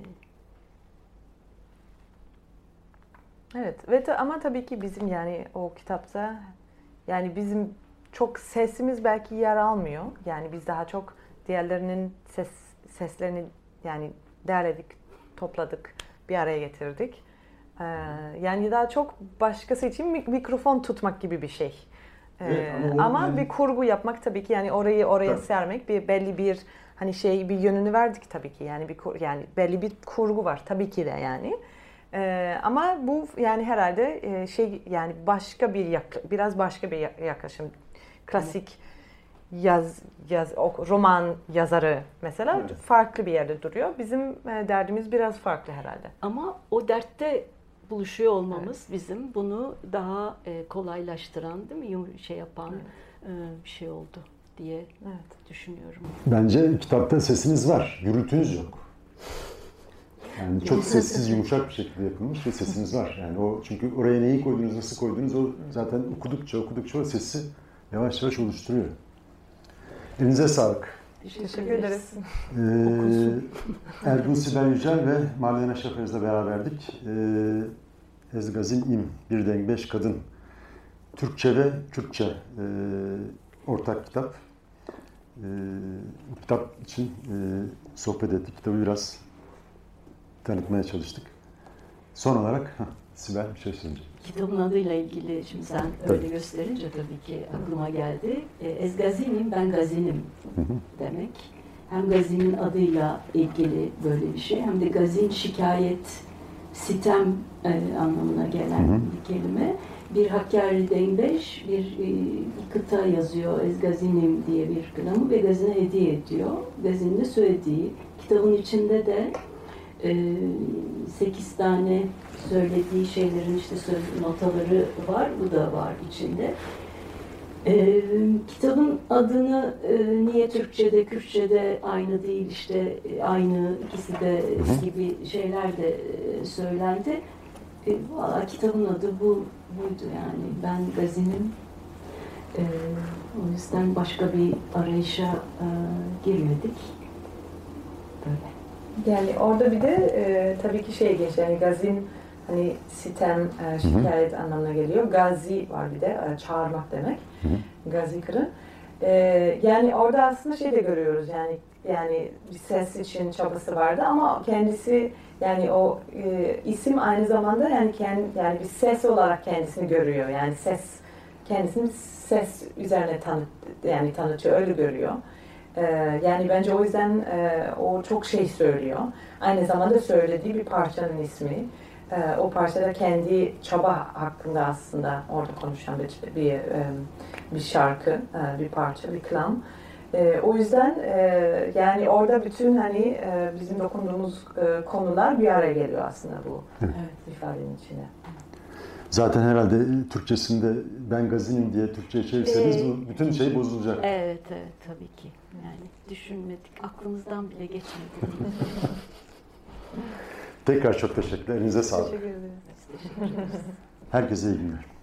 evet ve ta, ama tabii ki bizim yani o kitapta yani bizim çok sesimiz belki yer almıyor. Yani biz daha çok diğerlerinin ses seslerini yani derledik, topladık, bir araya getirdik. Ee, yani daha çok başkası için mik- mikrofon tutmak gibi bir şey. Ee, evet, ama ama yani... bir kurgu yapmak tabii ki yani orayı oraya tabii. sermek bir belli bir hani şey bir yönünü verdik tabii ki yani bir yani belli bir kurgu var tabii ki de yani. Ee, ama bu yani herhalde e, şey yani başka bir yak- biraz başka bir yaklaşım. Klasik yaz yaz o roman yazarı mesela evet. farklı bir yerde duruyor. Bizim e, derdimiz biraz farklı herhalde. Ama o dertte buluşuyor olmamız evet. bizim bunu daha e, kolaylaştıran, değil mi? Yum, şey yapan evet. e, bir şey oldu diye evet. düşünüyorum. Bence kitapta sesiniz var, gürültünüz yok. Yani çok sessiz, yumuşak bir şekilde yapılmış ve sesiniz var. Yani o çünkü oraya neyi koydunuz, nasıl koydunuz o zaten okudukça okudukça o sesi yavaş yavaş oluşturuyor. Elinize sağlık. Teşekkür ederiz. Ee, Ergun Sibel Yücel ve Marlena Şaferiz'le beraberdik. Ee, Ezgazin İm, Bir Denk Beş Kadın. Türkçe ve Kürtçe e, ortak kitap. E, bu kitap için e, sohbet ettik. Kitabı biraz tanıtmaya çalıştık. Son olarak heh, Sibel bir şey söyleyecek. Kitabın adıyla ilgili şimdi sen tabii. öyle gösterince tabii ki aklıma geldi. Ez gazinim, ben gazinim demek. Hem gazinin adıyla ilgili böyle bir şey hem de gazin şikayet, sitem e, anlamına gelen hı hı. bir kelime. Bir Hakkari Dengbeş bir, e, bir kıta yazıyor Ez gazinim diye bir kılamı ve gazine hediye ediyor. Gazinde söylediği kitabın içinde de sekiz tane söylediği şeylerin işte söz notaları var, bu da var içinde. Ee, kitabın adını e, niye Türkçe'de, Kürtçe'de aynı değil, işte aynı ikisi de gibi şeyler de e, söylendi. E, Valla kitabın adı bu buydu yani. Ben gazinim. E, o yüzden başka bir arayışa e, girmedik. Böyle. Yani orada bir de e, tabii ki şey geçiyor, yani gazin hani sitem, e, şikayet Hı-hı. anlamına geliyor. Gazi var bir de, e, çağırmak demek. Hı-hı. Gazi kırı. E, yani orada aslında şey de görüyoruz yani yani bir ses için çabası vardı ama kendisi yani o e, isim aynı zamanda yani kendi yani bir ses olarak kendisini görüyor. Yani ses kendisini ses üzerine tanıt yani tanıtıyor, öyle görüyor. Yani bence o yüzden e, o çok şey söylüyor. Aynı zamanda söylediği bir parçanın ismi. E, o parçada kendi çaba hakkında aslında orada konuşan bir bir, bir şarkı, e, bir parça, bir klam. E, o yüzden e, yani orada bütün hani e, bizim dokunduğumuz e, konular bir araya geliyor aslında bu evet. ifadenin içine. Zaten herhalde Türkçesinde ben gazinim diye Türkçe'ye çevirseniz ee, bu bütün şey bozulacak. Evet, evet tabii ki. Yani düşünmedik, aklımızdan bile geçmedi. Tekrar çok teşekkürler. Elinize sağlık. Teşekkür ederiz. Teşekkür ederiz. Herkese iyi günler.